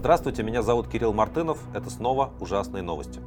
Здравствуйте, меня зовут Кирилл Мартынов. Это снова ужасные новости.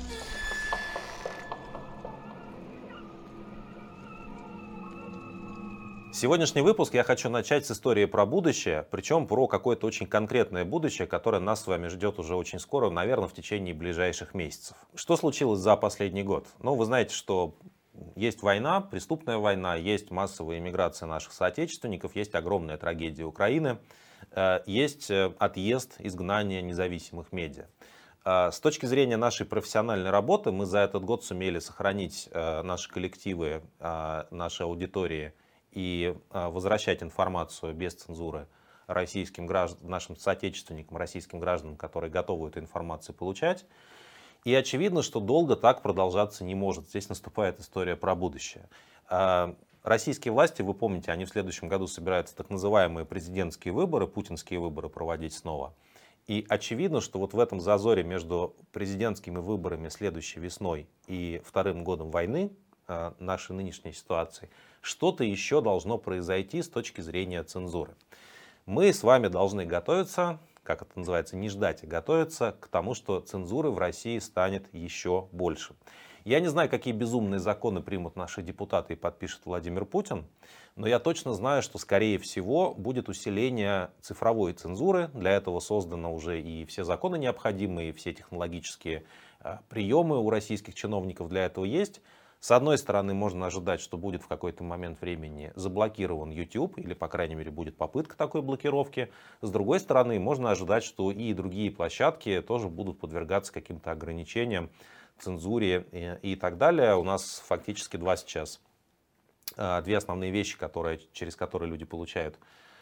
Сегодняшний выпуск я хочу начать с истории про будущее, причем про какое-то очень конкретное будущее, которое нас с вами ждет уже очень скоро, наверное, в течение ближайших месяцев. Что случилось за последний год? Ну, вы знаете, что есть война, преступная война, есть массовая иммиграция наших соотечественников, есть огромная трагедия Украины, есть отъезд, изгнание независимых медиа. С точки зрения нашей профессиональной работы мы за этот год сумели сохранить наши коллективы, наши аудитории и возвращать информацию без цензуры российским гражданам, нашим соотечественникам, российским гражданам, которые готовы эту информацию получать. И очевидно, что долго так продолжаться не может. Здесь наступает история про будущее. Российские власти, вы помните, они в следующем году собираются так называемые президентские выборы, путинские выборы проводить снова. И очевидно, что вот в этом зазоре между президентскими выборами следующей весной и вторым годом войны, нашей нынешней ситуации, что-то еще должно произойти с точки зрения цензуры. Мы с вами должны готовиться, как это называется, не ждать, а готовиться к тому, что цензуры в России станет еще больше. Я не знаю, какие безумные законы примут наши депутаты и подпишет Владимир Путин, но я точно знаю, что, скорее всего, будет усиление цифровой цензуры. Для этого созданы уже и все законы необходимые, и все технологические приемы у российских чиновников для этого есть. С одной стороны, можно ожидать, что будет в какой-то момент времени заблокирован YouTube, или, по крайней мере, будет попытка такой блокировки. С другой стороны, можно ожидать, что и другие площадки тоже будут подвергаться каким-то ограничениям, цензуре и так далее. У нас фактически две основные вещи, через которые люди получают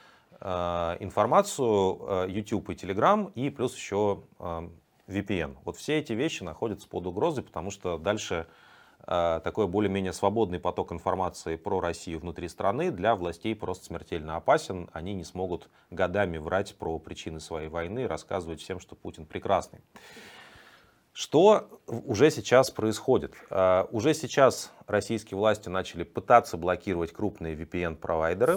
информацию: YouTube и Telegram, и плюс еще VPN. Вот все эти вещи находятся под угрозой, потому что дальше такой более-менее свободный поток информации про Россию внутри страны для властей просто смертельно опасен. Они не смогут годами врать про причины своей войны и рассказывать всем, что Путин прекрасный. Что уже сейчас происходит? Уже сейчас российские власти начали пытаться блокировать крупные VPN-провайдеры,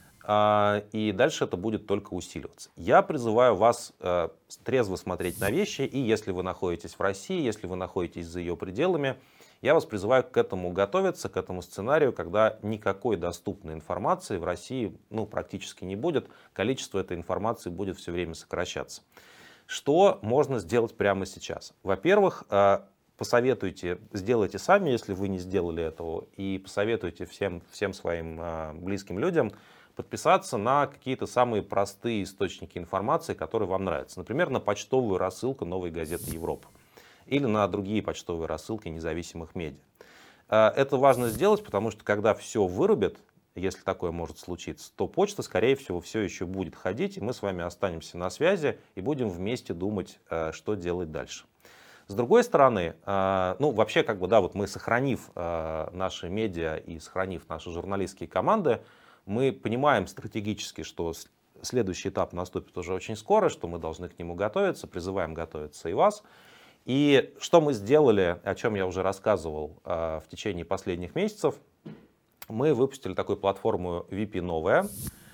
и дальше это будет только усиливаться. Я призываю вас трезво смотреть на вещи, и если вы находитесь в России, если вы находитесь за ее пределами, я вас призываю к этому готовиться, к этому сценарию, когда никакой доступной информации в России практически не будет, количество этой информации будет все время сокращаться. Что можно сделать прямо сейчас? Во-первых, посоветуйте, сделайте сами, если вы не сделали этого, и посоветуйте всем своим близким людям подписаться на какие-то самые простые источники информации, которые вам нравятся. Например, на почтовую рассылку «Новой газеты Европы» или на другие почтовые рассылки независимых медиа. Это важно сделать, потому что когда все вырубят, если такое может случиться, то почта, скорее всего, все еще будет ходить, и мы с вами останемся на связи и будем вместе думать, что делать дальше. С другой стороны, вообще, мы, сохранив наши медиа и сохранив наши журналистские команды, мы понимаем стратегически, что следующий этап наступит уже очень скоро, что мы должны к нему готовиться, призываем готовиться и вас. И что мы сделали, о чем я уже рассказывал в течение последних месяцев, мы выпустили такую платформу VP Новая,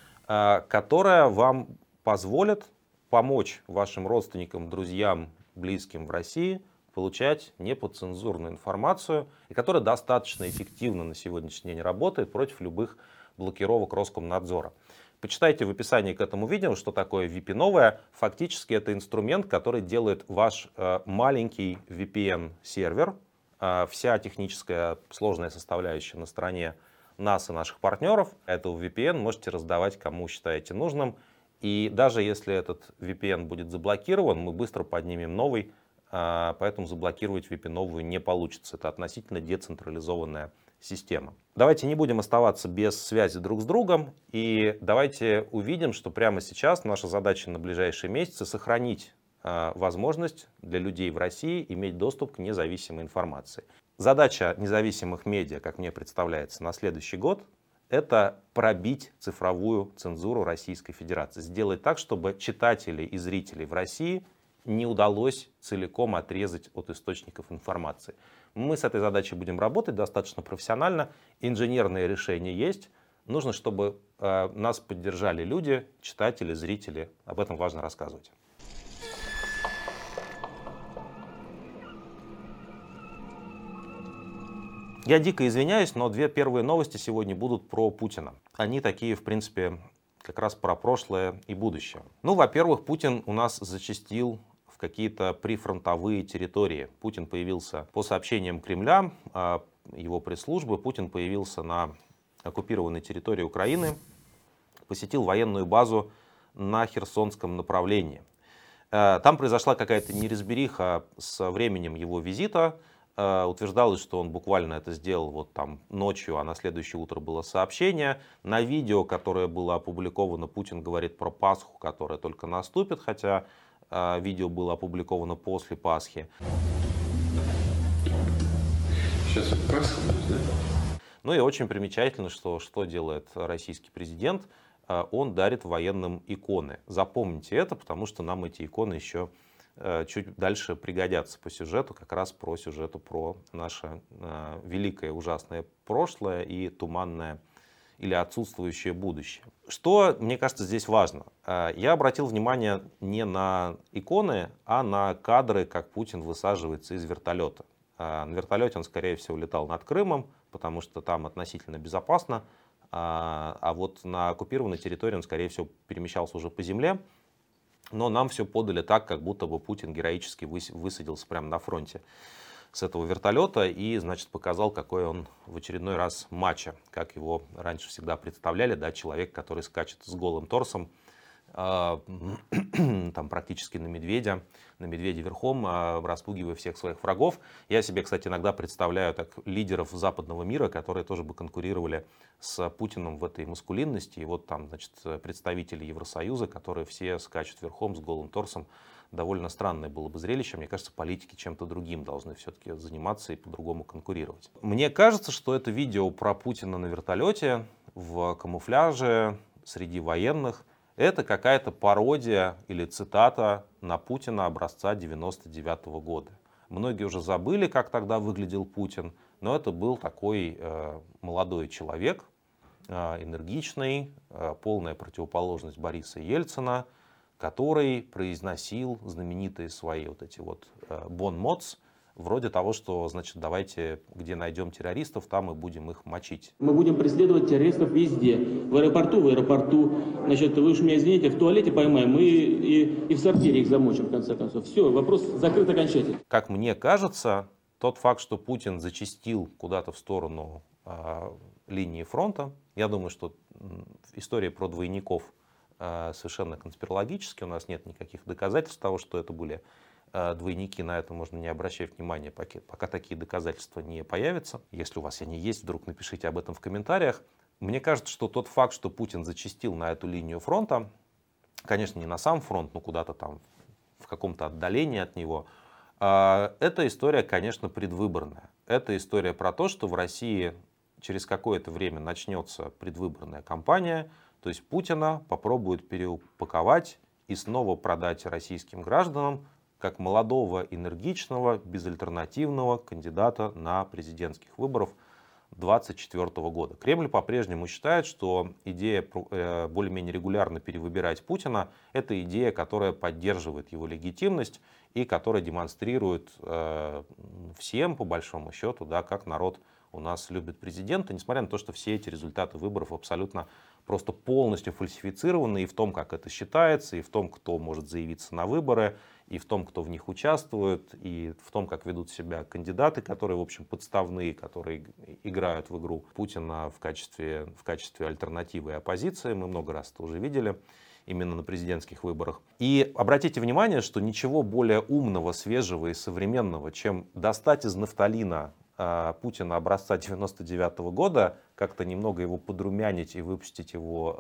которая вам позволит помочь вашим родственникам, друзьям, близким в России получать неподцензурную информацию, и которая достаточно эффективно на сегодняшний день работает против любых блокировок Роскомнадзора. Почитайте в описании к этому видео, что такое VP Новая. Фактически это инструмент, который делает ваш маленький VPN-сервер, вся техническая сложная составляющая на стороне нас и наших партнеров. Этого VPN можете раздавать кому считаете нужным. И даже если этот VPN будет заблокирован, мы быстро поднимем новый, поэтому заблокировать VP новую не получится. Это относительно децентрализованная система. Давайте не будем оставаться без связи друг с другом, и давайте увидим, что прямо сейчас наша задача на ближайшие месяцы сохранить возможность для людей в России иметь доступ к независимой информации. Задача независимых медиа, как мне представляется, на следующий год — это пробить цифровую цензуру Российской Федерации. Сделать так, чтобы читателей и зрителей в России не удалось целиком отрезать от источников информации. Мы с этой задачей будем работать достаточно профессионально. Инженерные решения есть. Нужно, чтобы нас поддержали люди, читатели, зрители. Об этом важно рассказывать. Я дико извиняюсь, но две первые новости сегодня будут про Путина. Они такие, в принципе, как раз про прошлое и будущее. Ну, во-первых, Путин у нас зачастил в какие-то прифронтовые территории. Путин появился, по сообщениям Кремля, его пресс-службы, Путин появился на оккупированной территории Украины, посетил военную базу на Херсонском направлении. Там произошла какая-то неразбериха с временем его визита. Утверждалось, что он буквально это сделал вот там ночью, а на следующее утро было сообщение. На видео, которое было опубликовано, Путин говорит про Пасху, которая только наступит, хотя видео было опубликовано после Пасхи. Сейчас Пасха, да? Ну и очень примечательно, что делает российский президент. Он дарит военным иконы. Запомните это, потому что нам эти иконы еще чуть дальше пригодятся по сюжету, как раз про сюжету про наше великое ужасное прошлое и туманное или отсутствующее будущее. Что, мне кажется, здесь важно? Я обратил внимание не на иконы, а на кадры, как Путин высаживается из вертолета. На вертолете он, скорее всего, летал над Крымом, потому что там относительно безопасно. А вот на оккупированной территории он, скорее всего, перемещался уже по земле. Но нам все подали так, как будто бы Путин героически высадился прямо на фронте с этого вертолета и, значит, показал, какой он в очередной раз мачо, как его раньше всегда представляли, да, человек, который скачет с голым торсом, там практически на медведе верхом, распугивая всех своих врагов. Я себе, кстати, иногда представляю так лидеров западного мира, которые тоже бы конкурировали с Путиным в этой маскулинности. И вот там, значит, представители Евросоюза, которые все скачут верхом с голым торсом. Довольно странное было бы зрелище. Мне кажется, политики чем-то другим должны все-таки заниматься и по-другому конкурировать. Мне кажется, что это видео про Путина на вертолете в камуфляже среди военных. Это какая-то пародия или цитата на Путина образца 1999 года. Многие уже забыли, как тогда выглядел Путин, но это был такой молодой человек, энергичный, полная противоположность Бориса Ельцина, который произносил знаменитые свои вот эти вот бон-моц, вроде того, что, значит, давайте, где найдем террористов, там и будем их мочить. Мы будем преследовать террористов везде. В аэропорту. Значит, вы уж меня извините, в туалете поймаем и в сортире их замочим, в конце концов. Все, вопрос закрыт окончательно. Как мне кажется, тот факт, что Путин зачастил куда-то в сторону линии фронта, я думаю, что история про двойников совершенно конспирологическая. У нас нет никаких доказательств того, что это были двойники, на это можно не обращать внимания, пока такие доказательства не появятся. Если у вас они есть, вдруг напишите об этом в комментариях. Мне кажется, что тот факт, что Путин зачастил на эту линию фронта, конечно, не на сам фронт, но куда-то там в каком-то отдалении от него, эта история, конечно, предвыборная. Это история про то, что в России через какое-то время начнется предвыборная кампания, то есть Путина попробуют переупаковать и снова продать российским гражданам как молодого, энергичного, безальтернативного кандидата на президентских выборах 2024 года. Кремль по-прежнему считает, что идея более-менее регулярно перевыбирать Путина – это идея, которая поддерживает его легитимность и которая демонстрирует всем, по большому счету, да, как народ у нас любит президента, несмотря на то, что все эти результаты выборов абсолютно просто полностью фальсифицированы и в том, как это считается, и в том, кто может заявиться на выборы, и в том, кто в них участвует, и в том, как ведут себя кандидаты, которые, в общем, подставные, которые играют в игру Путина в качестве альтернативы и оппозиции. Мы много раз это уже видели именно на президентских выборах. И обратите внимание, что ничего более умного, свежего и современного, чем достать из нафталина Путина образца 1999 года, как-то немного его подрумянить и выпустить его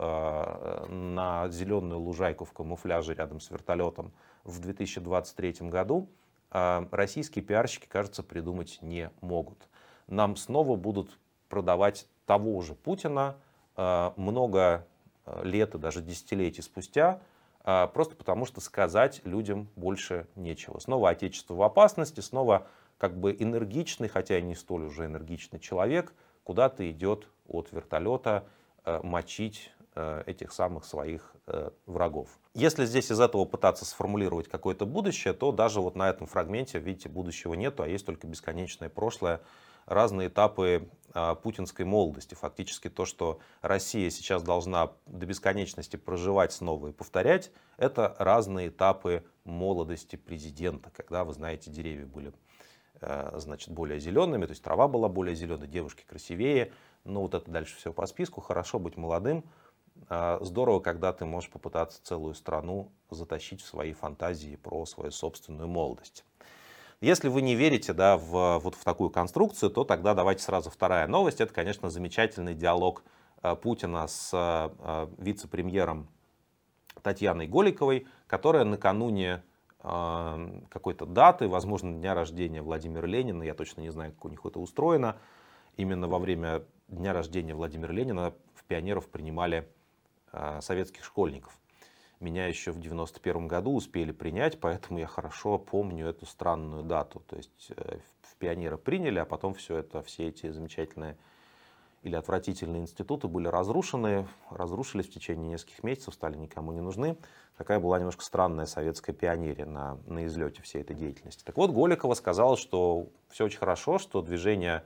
на зеленую лужайку в камуфляже рядом с вертолетом в 2023 году, российские пиарщики, кажется, придумать не могут. Нам снова будут продавать того же Путина много лет и даже десятилетий спустя, просто потому что сказать людям больше нечего. Снова отечество в опасности, снова как бы энергичный, хотя и не столь уже энергичный человек, куда-то идет от вертолета мочить этих самых своих врагов. Если здесь из этого пытаться сформулировать какое-то будущее, то даже вот на этом фрагменте, видите, будущего нету, а есть только бесконечное прошлое, разные этапы путинской молодости. Фактически то, что Россия сейчас должна до бесконечности проживать снова и повторять, это разные этапы молодости президента. Когда, вы знаете, деревья были, значит, более зелеными, то есть трава была более зеленой, девушки красивее. Но вот это дальше все по списку. Хорошо быть молодым. Здорово, когда ты можешь попытаться целую страну затащить в свои фантазии про свою собственную молодость. Если вы не верите, да, вот в такую конструкцию, то тогда давайте сразу вторая новость. Это, конечно, замечательный диалог Путина с вице-премьером Татьяной Голиковой, которая накануне какой-то даты, возможно, дня рождения Владимира Ленина, я точно не знаю, как у них это устроено, именно во время дня рождения Владимира Ленина в пионеров принимали советских школьников. Меня еще в 91 году успели принять, поэтому я хорошо помню эту странную дату. То есть в пионера приняли, а потом все эти замечательные или отвратительные институты были разрушились в течение нескольких месяцев, стали никому не нужны. Такая была немножко странная советская пионерия на излете всей этой деятельности. Так вот, Голикова сказала, что все очень хорошо, что движение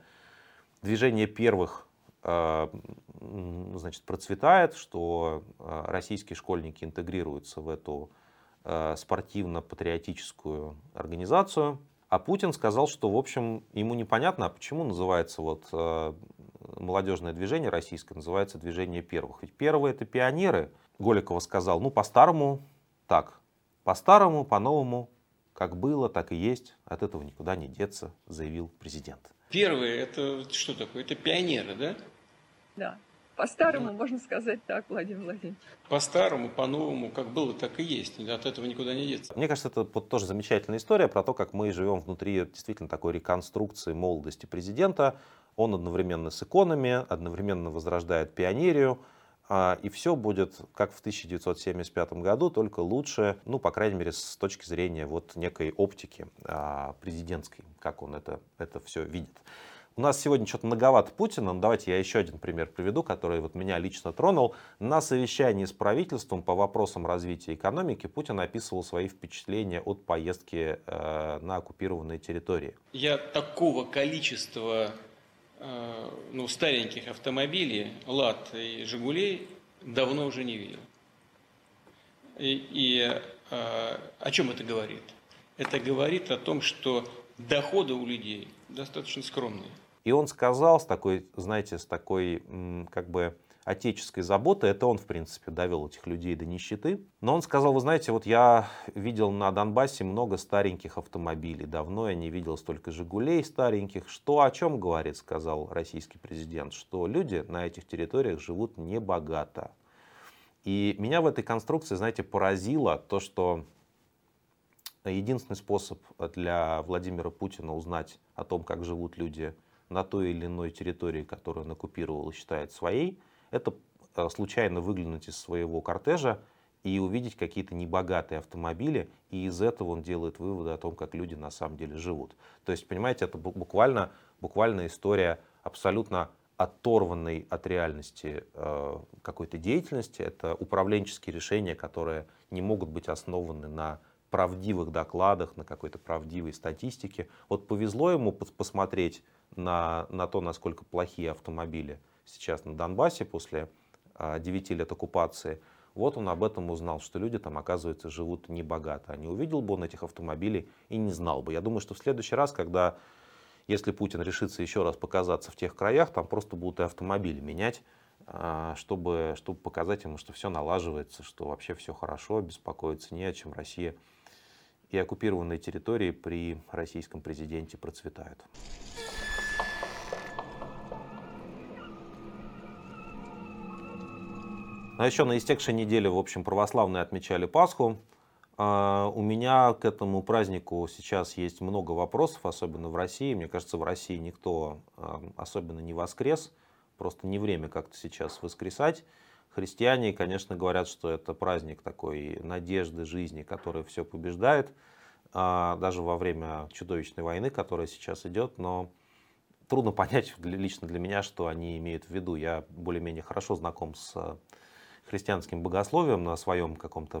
первых, значит, процветает, что российские школьники интегрируются в эту спортивно-патриотическую организацию. А Путин сказал, что, в общем, ему непонятно, а почему называется вот молодежное движение российское, называется движение первых. Ведь первые это пионеры. Голикова сказал, ну, по-старому так, по-старому, по-новому, как было, так и есть, от этого никуда не деться, заявил президент. Первые, это что такое? Это пионеры, да? Да. По-старому можно сказать так, Владимир Владимирович. По-старому, по-новому, как было, так и есть. От этого никуда не деться. Мне кажется, это вот тоже замечательная история про то, как мы живем внутри действительно такой реконструкции молодости президента. Он одновременно с иконами, одновременно возрождает пионерию. И все будет как в 1975 году, только лучше, ну, по крайней мере, с точки зрения вот некой оптики президентской, как он это все видит. У нас сегодня что-то многовато Путина, но давайте я еще один пример приведу, который вот меня лично тронул. На совещании с правительством по вопросам развития экономики Путин описывал свои впечатления от поездки на оккупированные территории. Я такого количества стареньких автомобилей, «Лад» и «Жигулей» давно уже не видел. О чем это говорит? Это говорит о том, что доходы у людей достаточно скромные. И он сказал с такой, знаете, с такой как бы отеческой заботой, это он, в принципе, довел этих людей до нищеты. Но он сказал, вы знаете, вот я видел на Донбассе много стареньких автомобилей. Давно я не видел столько «Жигулей» стареньких. Что о чем говорит, сказал российский президент, что люди на этих территориях живут небогато. И меня в этой конструкции, знаете, поразило то, что единственный способ для Владимира Путина узнать о том, как живут люди на той или иной территории, которую он оккупировал и считает своей, это случайно выглянуть из своего кортежа и увидеть какие-то небогатые автомобили, и из этого он делает выводы о том, как люди на самом деле живут. То есть, понимаете, это буквально история абсолютно оторванной от реальности какой-то деятельности. Это управленческие решения, которые не могут быть основаны на правдивых докладах, на какой-то правдивой статистике. Вот повезло ему посмотреть на то, насколько плохие автомобили сейчас на Донбассе после 9 лет оккупации. Вот он об этом узнал, что люди там, оказывается, живут небогато. А не увидел бы он этих автомобилей и не знал бы. Я думаю, что в следующий раз, если Путин решится еще раз показаться в тех краях, там просто будут и автомобили менять, чтобы показать ему, что все налаживается, что вообще все хорошо, беспокоиться не о чем. Россия и оккупированные территории при российском президенте процветают. А еще на истекшей неделе, в общем, православные отмечали Пасху. У меня к этому празднику сейчас есть много вопросов, особенно в России. Мне кажется, в России никто особенно не воскрес. Просто не время как-то сейчас воскресать. Христиане, конечно, говорят, что это праздник такой надежды, жизни, который все побеждает. Даже во время чудовищной войны, которая сейчас идет. Но трудно понять лично для меня, что они имеют в виду. Я более-менее хорошо знаком с христианским богословием на своем каком-то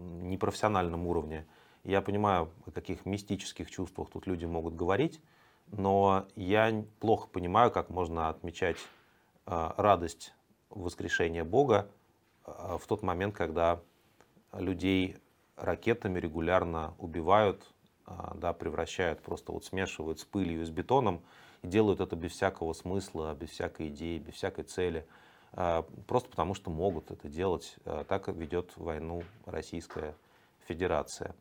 непрофессиональном уровне. Я понимаю, о каких мистических чувствах тут люди могут говорить. но я плохо понимаю, как можно отмечать радость воскрешения Бога в тот момент, когда людей ракетами регулярно убивают, да, превращают, просто вот смешивают с пылью и с бетоном, и делают это без всякого смысла, без всякой идеи, без всякой цели, просто потому что могут это делать. Так ведет войну Российская Федерация.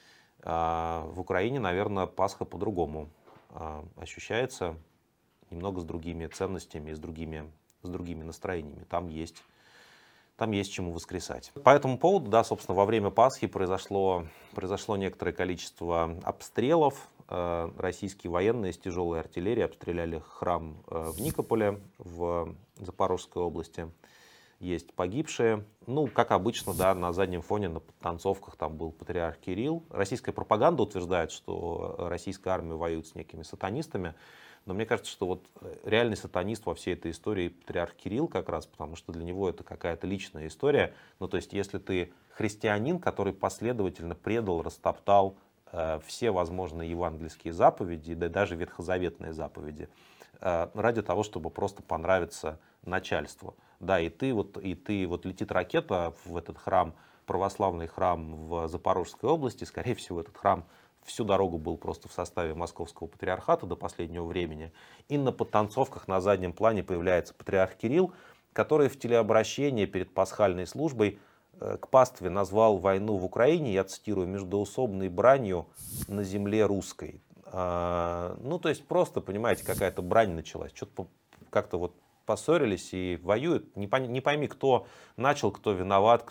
В Украине, наверное, Пасха по-другому ощущается, немного с другими ценностями, с другими настроениями. Там есть чему воскресать. По этому поводу, да, собственно, во время Пасхи произошло некоторое количество обстрелов. Российские военные с тяжелой артиллерии обстреляли храм в Никополе, в Запорожской области. Есть погибшие. Ну, как обычно, да, на заднем фоне, на подтанцовках там был патриарх Кирилл. Российская пропаганда утверждает, что российская армия воюет с некими сатанистами. Но мне кажется, что вот реальный сатанист во всей этой истории патриарх Кирилл как раз, потому что для него это какая-то личная история. Ну, то есть, если ты христианин, который последовательно предал, растоптал все возможные евангельские заповеди, да даже ветхозаветные заповеди, ради того, чтобы просто понравиться начальству. Да, и летит ракета в этот храм, православный храм в Запорожской области, скорее всего, этот храм всю дорогу был просто в составе Московского патриархата до последнего времени. И на подтанцовках на заднем плане появляется патриарх Кирилл, который в телеобращении перед пасхальной службой к пастве назвал войну в Украине, я цитирую, междоусобной бранью на земле русской. Ну, то есть просто, понимаете, какая-то брань началась. Что-то как-то вот поссорились и воюют. Не пойми, кто начал, кто виноват,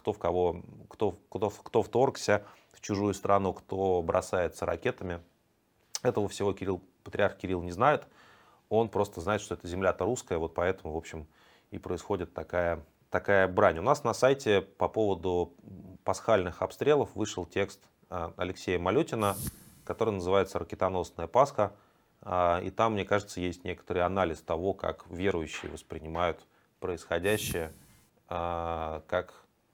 кто вторгся в чужую страну, кто бросается ракетами. Этого всего патриарх Кирилл не знает. Он просто знает, что эта земля-то русская, вот поэтому, в общем, и происходит такая брань. У нас на сайте по поводу пасхальных обстрелов вышел текст Алексея Малютина, который называется «Ракетоносная Пасха». И там, мне кажется, есть некоторый анализ того, как верующие воспринимают происходящее, как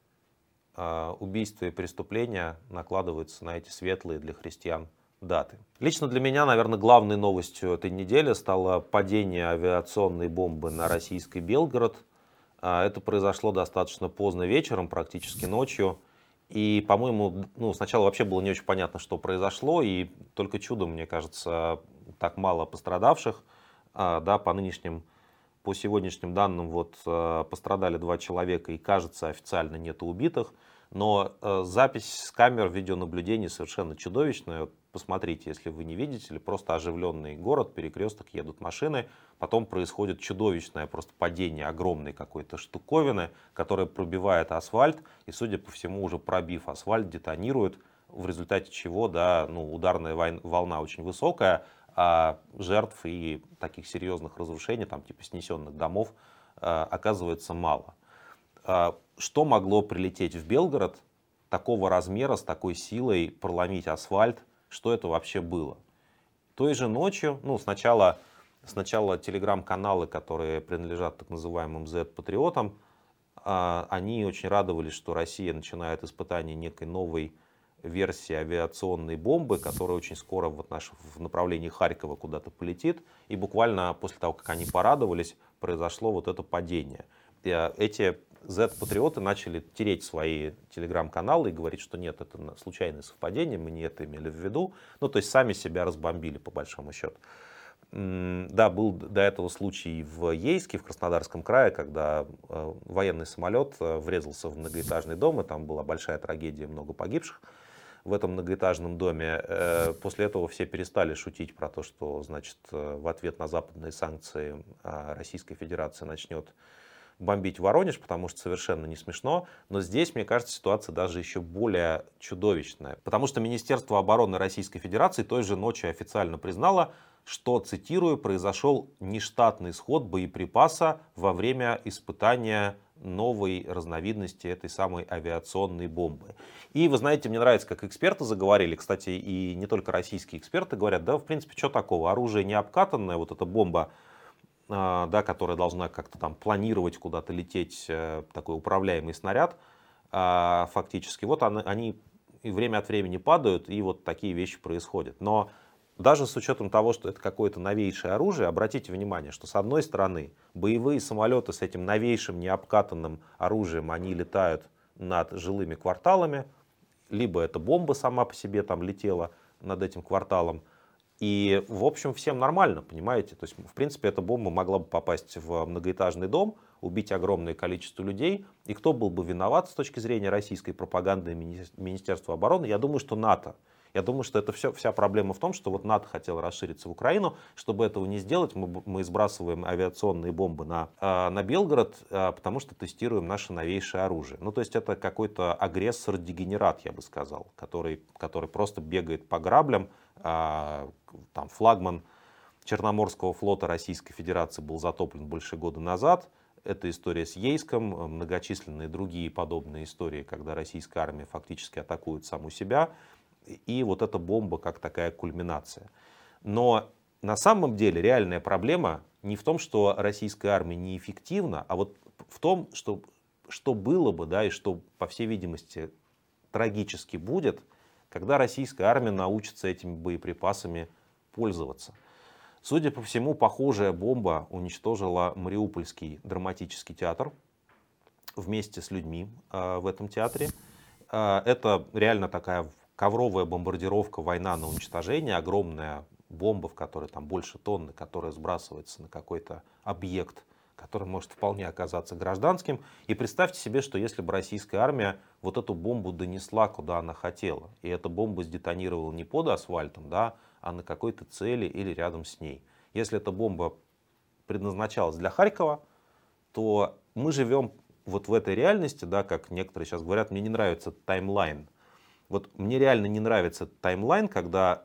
убийства и преступления накладываются на эти светлые для христиан даты. Лично для меня, наверное, главной новостью этой недели стало падение авиационной бомбы на российский Белгород. Это произошло достаточно поздно вечером, практически ночью. И, по-моему, сначала вообще было не очень понятно, что произошло, и только чудом, мне кажется, так мало пострадавших. Да, по сегодняшним данным пострадали 2 человека, и, кажется, официально нет убитых. Но запись с камер видеонаблюдения совершенно чудовищная. Посмотрите, если вы не видите, просто оживленный город, перекресток, едут машины. Потом происходит чудовищное просто падение огромной какой-то штуковины, которая пробивает асфальт. И, судя по всему, уже пробив асфальт, детонирует. В результате чего, да, ударная волна очень высокая, а жертв и таких серьезных разрушений, там типа снесенных домов, оказывается мало. Что могло прилететь в Белгород такого размера, с такой силой, проломить асфальт? Что это вообще было? Той же ночью, сначала телеграм-каналы, которые принадлежат так называемым Z-патриотам, они очень радовались, что Россия начинает испытание некой новой версии авиационной бомбы, которая очень скоро в направлении Харькова куда-то полетит. И буквально после того, как они порадовались, произошло вот это падение. И эти Z-патриоты начали тереть свои телеграм-каналы и говорить, что нет, это случайное совпадение, мы не это имели в виду. То есть сами себя разбомбили, по большому счету. Да, был до этого случай в Ейске, в Краснодарском крае, когда военный самолет врезался в многоэтажный дом, и там была большая трагедия, много погибших в этом многоэтажном доме. После этого все перестали шутить про то, что, значит, в ответ на западные санкции Российская Федерация начнет бомбить Воронеж, потому что совершенно не смешно. Но здесь, мне кажется, ситуация даже еще более чудовищная. Потому что Министерство обороны Российской Федерации той же ночью официально признало, что, цитирую, произошел нештатный сход боеприпаса во время испытания новой разновидности этой самой авиационной бомбы. И вы знаете, мне нравится, как эксперты заговорили, кстати, и не только российские эксперты говорят, да, в принципе, что такого, оружие не обкатанное, вот эта бомба, да, которая должна как-то там планировать куда-то лететь, такой управляемый снаряд, фактически, вот они время от времени падают, и вот такие вещи происходят. Но даже с учетом того, что это какое-то новейшее оружие, обратите внимание, что с одной стороны боевые самолеты с этим новейшим необкатанным оружием, они летают над жилыми кварталами, либо эта бомба сама по себе там летела над этим кварталом. И, в общем, всем нормально, понимаете? То есть, в принципе, эта бомба могла бы попасть в многоэтажный дом, убить огромное количество людей. И кто был бы виноват с точки зрения российской пропаганды и Министерства обороны? Я думаю, что НАТО. Я думаю, что это вся проблема в том, что вот НАТО хотело расшириться в Украину. Чтобы этого не сделать, мы сбрасываем авиационные бомбы на Белгород, потому что тестируем наше новейшее оружие. Ну, то есть это какой-то агрессор-дегенерат, я бы сказал, который просто бегает по граблям. Там флагман Черноморского флота Российской Федерации был затоплен больше года назад. Это история с Ейском, многочисленные другие подобные истории, когда российская армия фактически атакует саму себя. И вот эта бомба как такая кульминация. Но на самом деле реальная проблема не в том, что российская армия неэффективна, а вот в том, что было бы, да, и что, по всей видимости, трагически будет, когда российская армия научится этими боеприпасами пользоваться. Судя по всему, похожая бомба уничтожила Мариупольский драматический театр вместе с людьми в этом театре. Это реально такая ковровая бомбардировка, война на уничтожение, огромная бомба, в которой там больше тонны, которая сбрасывается на какой-то объект, который может вполне оказаться гражданским. И представьте себе, что если бы российская армия вот эту бомбу донесла, куда она хотела, и эта бомба сдетонировала не под асфальтом, да, а на какой-то цели или рядом с ней. Если эта бомба предназначалась для Харькова, то мы живем вот в этой реальности, да, как некоторые сейчас говорят, мне не нравится таймлайн. Вот мне реально не нравится таймлайн, когда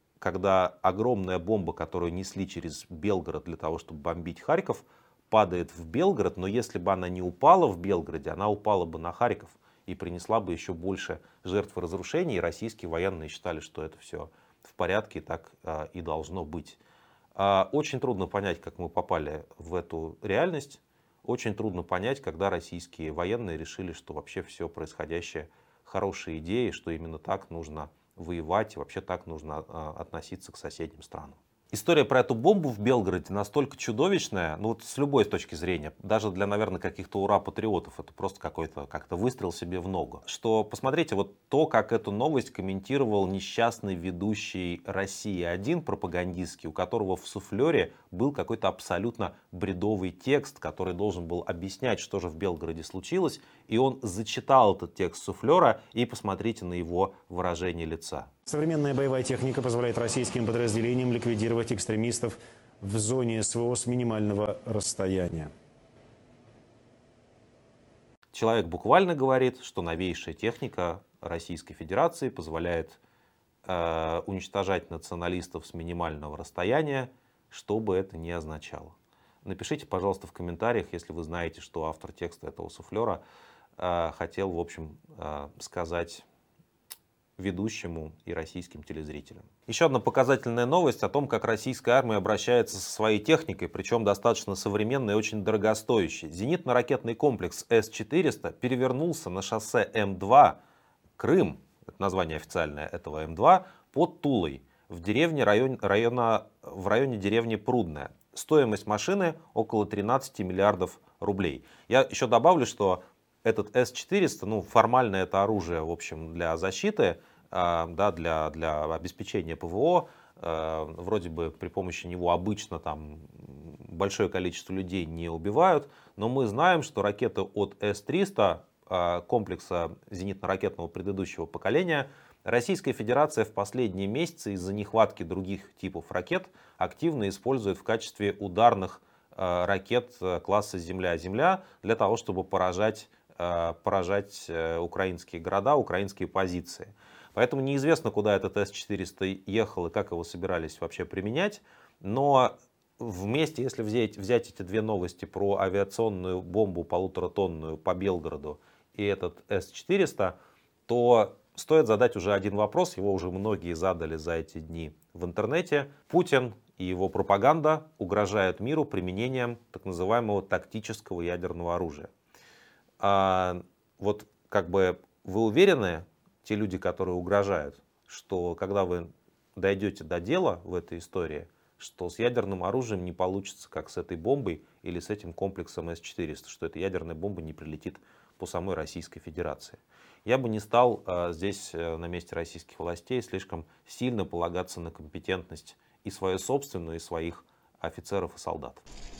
огромная бомба, которую несли через Белгород для того, чтобы бомбить Харьков, падает в Белгород, но если бы она не упала в Белгороде, она упала бы на Харьков и принесла бы еще больше жертв и разрушений. И российские военные считали, что это все в порядке, и так и должно быть. Очень трудно понять, как мы попали в эту реальность. Очень трудно понять, когда российские военные решили, что вообще все происходящее хорошие идеи, что именно так нужно воевать и вообще так нужно относиться к соседним странам. История про эту бомбу в Белгороде настолько чудовищная, ну вот с любой точки зрения, даже для, наверное, каких-то ура-патриотов, это просто какой-то как-то выстрел себе в ногу. Что, посмотрите, вот то, как эту новость комментировал несчастный ведущий «Россия-1» пропагандистский, у которого в суфлере был какой-то абсолютно бредовый текст, который должен был объяснять, что же в Белгороде случилось, и он зачитал этот текст суфлера, и посмотрите на его выражение лица. Современная боевая техника позволяет российским подразделениям ликвидировать экстремистов в зоне СВО с минимального расстояния. Человек буквально говорит, что новейшая техника Российской Федерации позволяет уничтожать националистов с минимального расстояния, что бы это ни означало. Напишите, пожалуйста, в комментариях, если вы знаете, что автор текста этого суфлера хотел, в общем, сказать ведущему и российским телезрителям. Еще одна показательная новость о том, как российская армия обращается со своей техникой, причем достаточно современной и очень дорогостоящей. Зенитно-ракетный комплекс С-400 перевернулся на шоссе М2 Крым, это название официальное этого М2, под Тулой, в районе деревни Прудная. Стоимость машины около 13 миллиардов рублей. Я еще добавлю, что этот С-400, ну, формально это оружие, в общем, для защиты, да, для обеспечения ПВО. Вроде бы при помощи него обычно там большое количество людей не убивают. Но мы знаем, что ракеты от С-300, комплекса зенитно-ракетного предыдущего поколения, Российская Федерация в последние месяцы из-за нехватки других типов ракет активно использует в качестве ударных ракет класса Земля-Земля для того, чтобы поражать украинские города, украинские позиции. Поэтому неизвестно, куда этот С-400 ехал и как его собирались вообще применять. Но вместе, если взять эти две новости про авиационную бомбу полуторатонную по Белгороду и этот С-400, то стоит задать уже один вопрос, его уже многие задали за эти дни в интернете. Путин и его пропаганда угрожают миру применением так называемого тактического ядерного оружия. Вот как бы вы уверены, те люди, которые угрожают, что когда вы дойдете до дела в этой истории, что с ядерным оружием не получится, как с этой бомбой или с этим комплексом С-400, что эта ядерная бомба не прилетит по самой Российской Федерации. Я бы не стал здесь на месте российских властей слишком сильно полагаться на компетентность и свою собственную, и своих офицеров и солдат.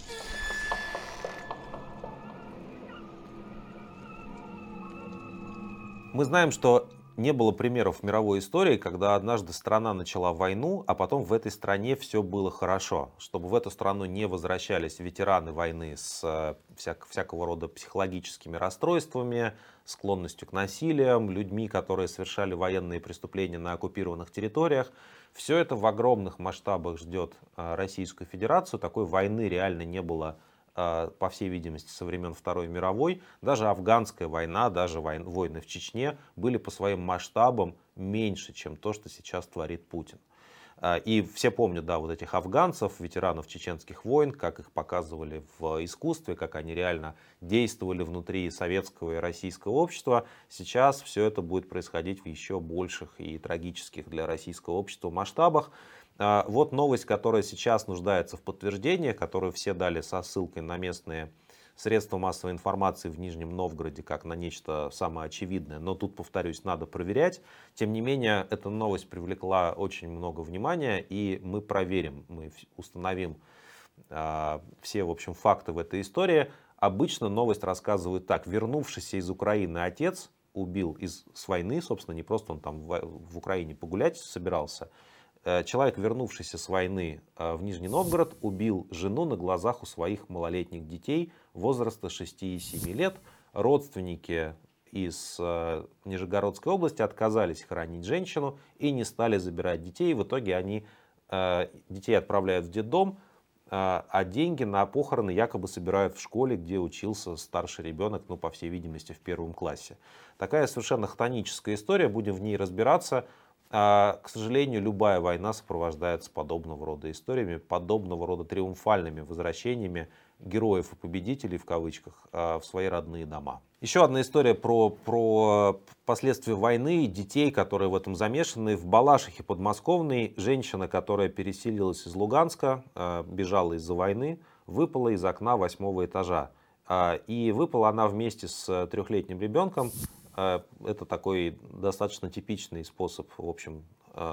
Мы знаем, что не было примеров в мировой истории, когда однажды страна начала войну, а потом в этой стране все было хорошо. Чтобы в эту страну не возвращались ветераны войны с всякого рода психологическими расстройствами, склонностью к насилиям, людьми, которые совершали военные преступления на оккупированных территориях. Все это в огромных масштабах ждет Российскую Федерацию. Такой войны реально не было, по всей видимости, со времен Второй мировой. Даже афганская война, даже войны в Чечне были по своим масштабам меньше, чем то, что сейчас творит Путин. И все помнят, да, вот этих афганцев, ветеранов чеченских войн, как их показывали в искусстве, как они реально действовали внутри советского и российского общества. Сейчас все это будет происходить в еще больших и трагических для российского общества масштабах. Вот новость, которая сейчас нуждается в подтверждении, которую все дали со ссылкой на местные средства массовой информации в Нижнем Новгороде как на нечто самое очевидное. Но тут, повторюсь, надо проверять. Тем не менее, эта новость привлекла очень много внимания, и мы проверим, мы установим все, в общем, факты в этой истории. Обычно новость рассказывает так. Вернувшийся из Украины отец убил с войны, собственно, не просто он там в Украине погулять собирался. Человек, вернувшийся с войны в Нижний Новгород, убил жену на глазах у своих малолетних детей возраста 6 и 7 лет. Родственники из Нижегородской области отказались хоронить женщину и не стали забирать детей. В итоге они детей отправляют в детдом, а деньги на похороны якобы собирают в школе, где учился старший ребенок, ну, по всей видимости, в 1 классе. Такая совершенно хтоническая история, будем в ней разбираться. К сожалению, любая война сопровождается подобного рода историями, подобного рода триумфальными возвращениями героев и победителей, в кавычках, в свои родные дома. Еще одна история про последствия войны, детей, которые в этом замешаны. В Балашихе подмосковной женщина, которая переселилась из Луганска, бежала из-за войны, выпала из окна 8-го этажа. И выпала она вместе с 3-летним ребенком. Это такой достаточно типичный способ, в общем,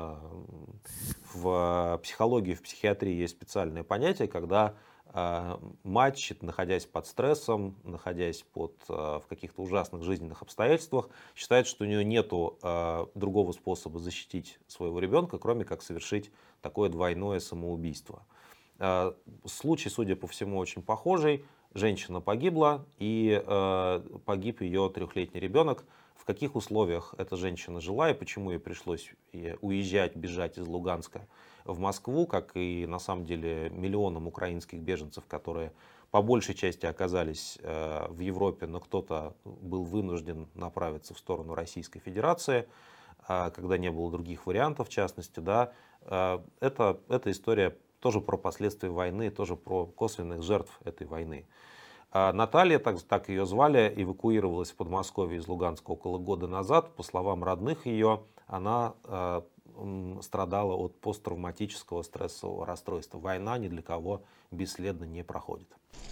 в психологии, в психиатрии есть специальное понятие, когда мать, находясь под стрессом, находясь в каких-то ужасных жизненных обстоятельствах, считает, что у нее нет другого способа защитить своего ребенка, кроме как совершить такое двойное самоубийство. Случай, судя по всему, очень похожий. Женщина погибла, и погиб ее 3-летний ребенок. В каких условиях эта женщина жила и почему ей пришлось уезжать, бежать из Луганска в Москву, как и на самом деле миллионам украинских беженцев, которые по большей части оказались в Европе, но кто-то был вынужден направиться в сторону Российской Федерации, когда не было других вариантов, в частности. Да, эта история тоже про последствия войны, тоже про косвенных жертв этой войны. Наталья, так ее звали, эвакуировалась в Подмосковье из Луганска около года назад. По словам родных ее, она страдала от посттравматического стрессового расстройства. Война ни для кого бесследно не проходит.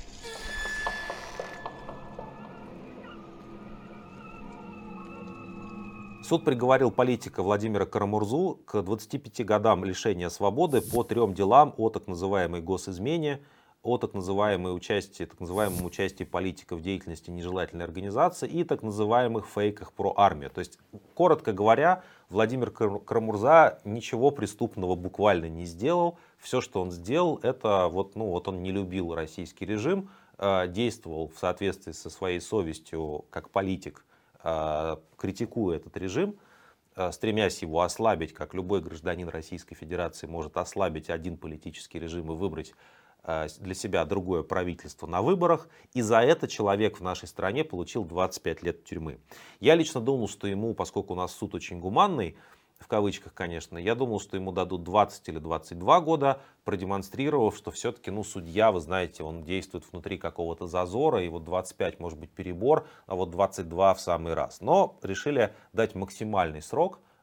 Суд приговорил политика Владимира Карамурзу к 25 годам лишения свободы по 3 делам о так называемой госизмене, о так называемом участии политика в деятельности нежелательной организации и так называемых фейках про армию. То есть, коротко говоря, Владимир Карамурза ничего преступного буквально не сделал. Все, что он сделал, это он не любил российский режим, действовал в соответствии со своей совестью как политик, критикуя этот режим, стремясь его ослабить, как любой гражданин Российской Федерации может ослабить один политический режим и выбрать для себя другое правительство на выборах. И за это человек в нашей стране получил 25 лет тюрьмы. Я лично думал, что ему, поскольку у нас суд очень гуманный, в кавычках, конечно, я думал, что ему дадут 20 или 22 года, продемонстрировав, что все-таки, судья, вы знаете, он действует внутри какого-то зазора, и вот 25 может быть перебор, а вот 22 в самый раз. Но решили дать максимальный срок,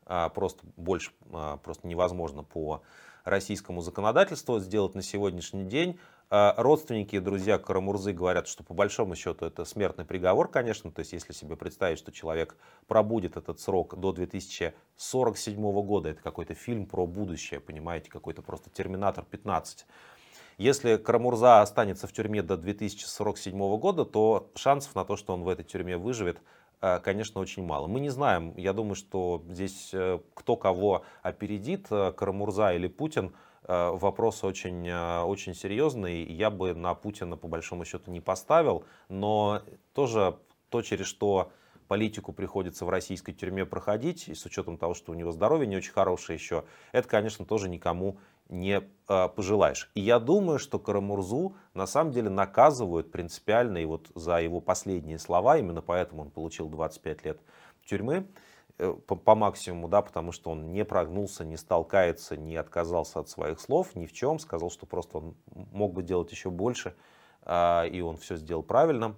просто больше просто невозможно по российскому законодательству сделать на сегодняшний день. Родственники и друзья Карамурзы говорят, что по большому счету это смертный приговор, конечно. То есть если себе представить, что человек пробудет этот срок до 2047 года, это какой-то фильм про будущее, понимаете, какой-то просто «Терминатор 15». Если Карамурза останется в тюрьме до 2047 года, то шансов на то, что он в этой тюрьме выживет, конечно, очень мало. Мы не знаем, я думаю, что здесь кто кого опередит, Карамурза или Путин. Вопрос очень, очень серьезный. Я бы на Путина по большому счету не поставил, но тоже то, через что политику приходится в российской тюрьме проходить, и с учетом того, что у него здоровье не очень хорошее еще, это, конечно, тоже никому не пожелаешь. И я думаю, что Карамурзу на самом деле наказывают принципиально и вот за его последние слова, именно поэтому он получил 25 лет тюрьмы по максимуму, да, потому что он не прогнулся, не стал каяться, не отказался от своих слов ни в чем, сказал, что просто он мог бы делать еще больше, и он все сделал правильно.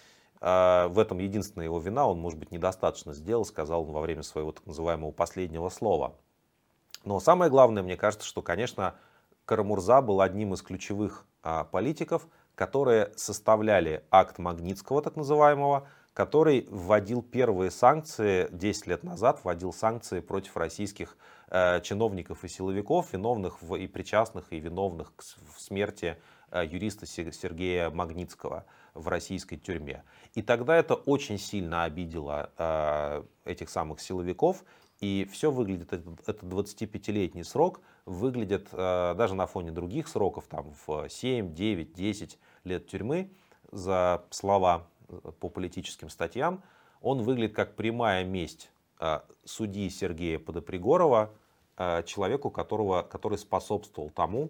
В этом единственная его вина, он, может быть, недостаточно сделал, сказал он во время своего так называемого последнего слова. Но самое главное, мне кажется, что, конечно, Карамурза был одним из ключевых политиков, которые составляли акт Магнитского, так называемого, который вводил первые санкции, 10 лет назад вводил санкции против российских чиновников и силовиков, виновных и причастных, и виновных в смерти юриста Сергея Магнитского в российской тюрьме. И тогда это очень сильно обидело этих самых силовиков. И все выглядит, этот 25-летний срок выглядит даже на фоне других сроков, там в 7, 9, 10 лет тюрьмы за слова по политическим статьям, он выглядит как прямая месть судьи Сергея Подопригорова, человеку, который способствовал тому,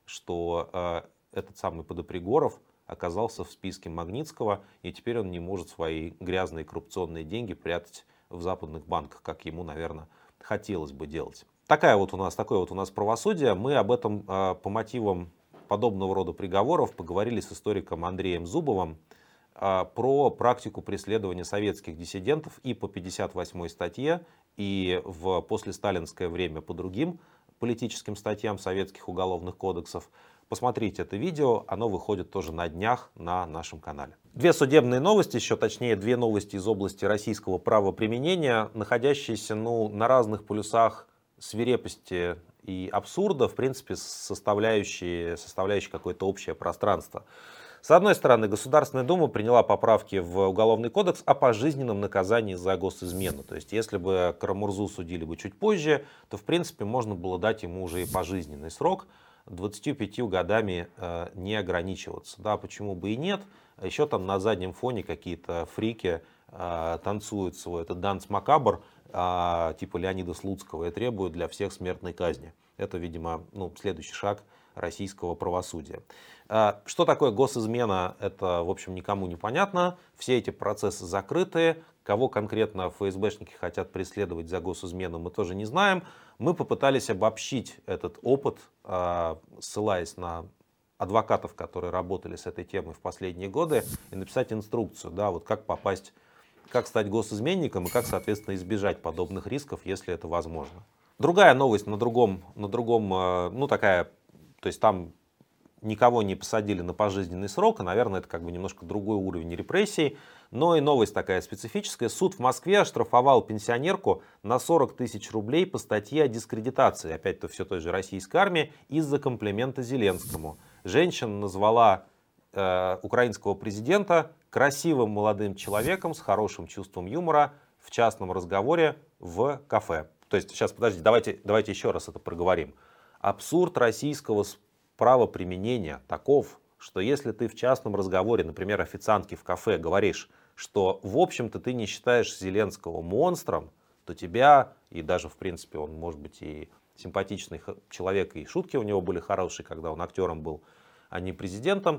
что этот самый Подопригоров оказался в списке Магнитского, и теперь он не может свои грязные коррупционные деньги прятать в западных банках, как ему, наверное, хотелось бы делать. Такое вот у нас правосудие. Мы об этом по мотивам подобного рода приговоров поговорили с историком Андреем Зубовым про практику преследования советских диссидентов и по 58-й статье, и в послесталинское время по другим политическим статьям советских уголовных кодексов. Посмотрите это видео, оно выходит тоже на днях на нашем канале. Две судебные новости, еще точнее две новости из области российского правоприменения, находящиеся на разных полюсах свирепости и абсурда, в принципе, составляющие какое-то общее пространство. С одной стороны, Государственная Дума приняла поправки в Уголовный кодекс о пожизненном наказании за госизмену. То есть, если бы Карамурзу судили бы чуть позже, то, в принципе, можно было дать ему уже и пожизненный срок, 25 годами не ограничиваться. Да, почему бы и нет. Еще там на заднем фоне какие-то фрики танцуют свой этот данс макабр, типа Леонида Слуцкого, и требуют для всех смертной казни. Это, видимо, следующий шаг российского правосудия. Что такое госизмена, это, в общем, никому не понятно. Все эти процессы закрыты. Кого конкретно ФСБшники хотят преследовать за госизмену, мы тоже не знаем. Мы попытались обобщить этот опыт, ссылаясь на адвокатов, которые работали с этой темой в последние годы, и написать инструкцию, да, вот как стать госизменником и как, соответственно, избежать подобных рисков, если это возможно. Другая новость на другом, такая, то есть там никого не посадили на пожизненный срок, и, наверное, это как бы немножко другой уровень репрессий. Но и новость такая специфическая. Суд в Москве оштрафовал пенсионерку на 40 тысяч рублей по статье о дискредитации, опять-то все той же российской армии, из-за комплимента Зеленскому. Женщина назвала украинского президента красивым молодым человеком с хорошим чувством юмора в частном разговоре в кафе. То есть, сейчас, подождите, давайте еще раз это проговорим. Абсурд российского правоприменения таков, что если ты в частном разговоре, например, официантке в кафе говоришь, что в общем-то ты не считаешь Зеленского монстром, то тебя, и даже в принципе он может быть и симпатичный человек, и шутки у него были хорошие, когда он актером был, а не президентом,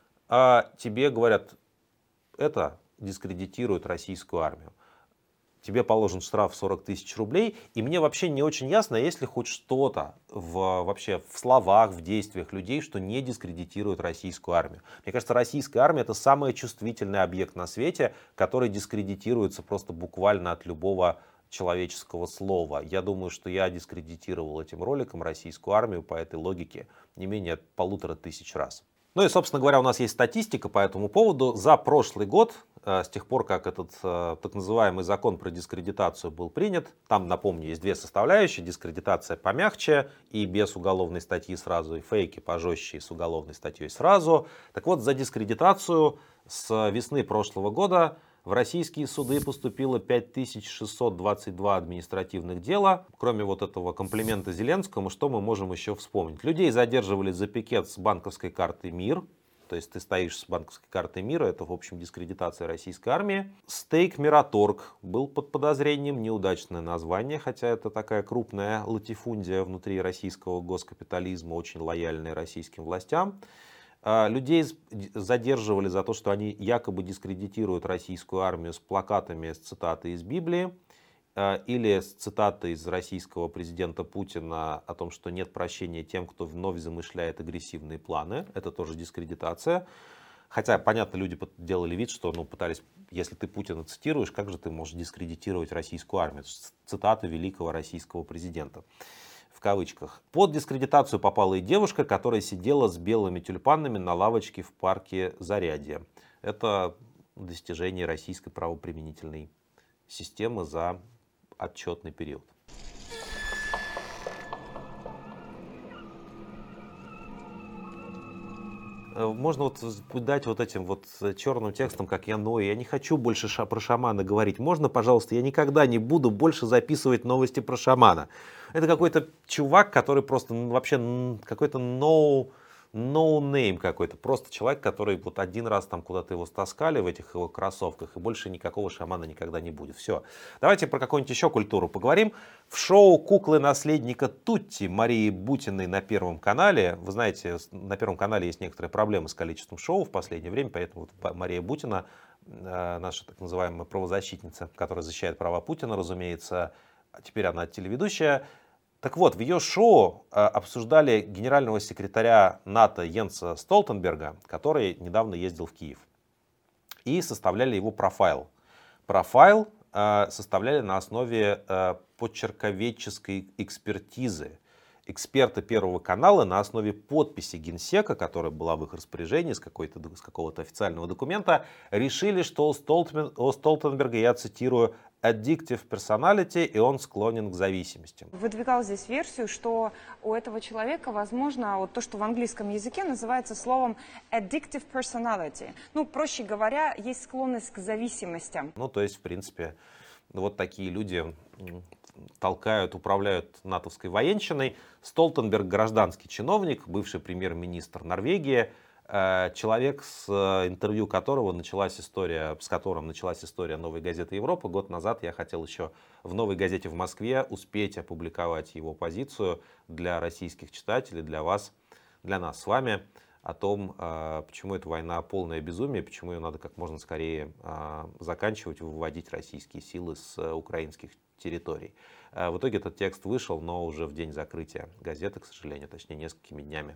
а тебе говорят, это дискредитирует российскую армию. Тебе положен штраф 40 тысяч рублей, и мне вообще не очень ясно, есть ли хоть что-то вообще в словах, в действиях людей, что не дискредитирует российскую армию. Мне кажется, российская армия — это самый чувствительный объект на свете, который дискредитируется просто буквально от любого человеческого слова. Я думаю, что я дискредитировал этим роликом российскую армию по этой логике не менее 1500 раз. Ну и, собственно говоря, у нас есть статистика по этому поводу. За прошлый год, с тех пор, как этот так называемый закон про дискредитацию был принят, там, напомню, есть две составляющие. Дискредитация помягче и без уголовной статьи сразу, и фейки пожестче и с уголовной статьей сразу. Так вот, за дискредитацию с весны прошлого года в российские суды поступило 5622 административных дела. Кроме вот этого комплимента Зеленскому, что мы можем еще вспомнить? Людей задерживали за пикет с банковской картой МИР. То есть ты стоишь с банковской картой МИРа, это в общем дискредитация российской армии. Стейк Мираторг был под подозрением, неудачное название, хотя это такая крупная латифундия внутри российского госкапитализма, очень лояльная российским властям. Людей задерживали за то, что они якобы дискредитируют российскую армию с плакатами с цитатой из Библии или с цитатой из российского президента Путина о том, что нет прощения тем, кто вновь замышляет агрессивные планы. Это тоже дискредитация. Хотя, понятно, люди делали вид, что пытались, если ты Путина цитируешь, как же ты можешь дискредитировать российскую армию? Цитаты великого российского президента. В кавычках. Под дискредитацию попала и девушка, которая сидела с белыми тюльпанами на лавочке в парке Зарядье. Это достижение российской правоприменительной системы за отчетный период. Можно дать этим черным текстом, как я ною. Я не хочу больше про шамана говорить. Можно, пожалуйста, я никогда не буду больше записывать новости про шамана. Это какой-то чувак, который просто вообще какой-то no-name какой-то. Просто человек, который один раз там куда-то его стаскали в этих его кроссовках, и больше никакого шамана никогда не будет. Все. Давайте про какую-нибудь еще культуру поговорим. В шоу «Куклы наследника Тутти» Марии Бутиной на Первом канале. Вы знаете, на Первом канале есть некоторые проблемы с количеством шоу в последнее время, поэтому Мария Бутина, наша так называемая правозащитница, которая защищает права Путина, разумеется, теперь она телеведущая. Так вот, в ее шоу обсуждали генерального секретаря НАТО Йенса Столтенберга, который недавно ездил в Киев. И составляли его профайл. Профайл составляли на основе почерковедческой экспертизы. Эксперты Первого канала на основе подписи Генсека, которая была в их распоряжении с какого-то официального документа, решили, что у Столтенберга, я цитирую, addictive personality, и он склонен к зависимости. Выдвигал здесь версию, что у этого человека, возможно, то, что в английском языке называется словом addictive personality. Проще говоря, есть склонность к зависимостям. То есть, в принципе, такие люди толкают, управляют натовской военщиной. Столтенберг — гражданский чиновник, бывший премьер-министр Норвегии, человек, с интервью которого с которым началась история «Новой газеты Европы». Год назад я хотел еще в «Новой газете» в Москве успеть опубликовать его позицию для российских читателей, для вас, для нас с вами, о том, почему эта война полное безумие, почему ее надо как можно скорее заканчивать, выводить российские силы с украинских территорий. В итоге этот текст вышел, но уже в день закрытия газеты, к сожалению, точнее несколькими днями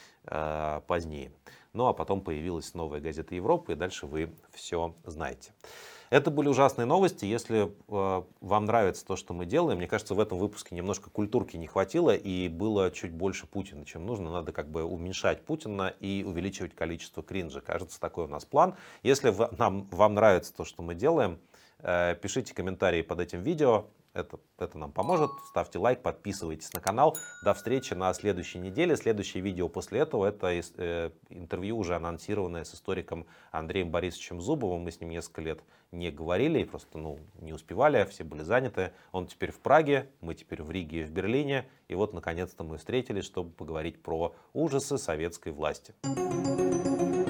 позднее. А потом появилась «Новая газета Европы», и дальше вы все знаете. Это были ужасные новости. Если вам нравится то, что мы делаем, мне кажется, в этом выпуске немножко культурки не хватило, и было чуть больше Путина, чем нужно. Надо уменьшать Путина и увеличивать количество кринжа. Кажется, такой у нас план. Если вам нравится то, что мы делаем, пишите комментарии под этим видео. Это нам поможет. Ставьте лайк, подписывайтесь на канал. До встречи на следующей неделе. Следующее видео после этого — это интервью, уже анонсированное с историком Андреем Борисовичем Зубовым. Мы с ним несколько лет не говорили, просто не успевали, все были заняты. Он теперь в Праге, мы теперь в Риге и в Берлине. И наконец-то мы встретились, чтобы поговорить про ужасы советской власти.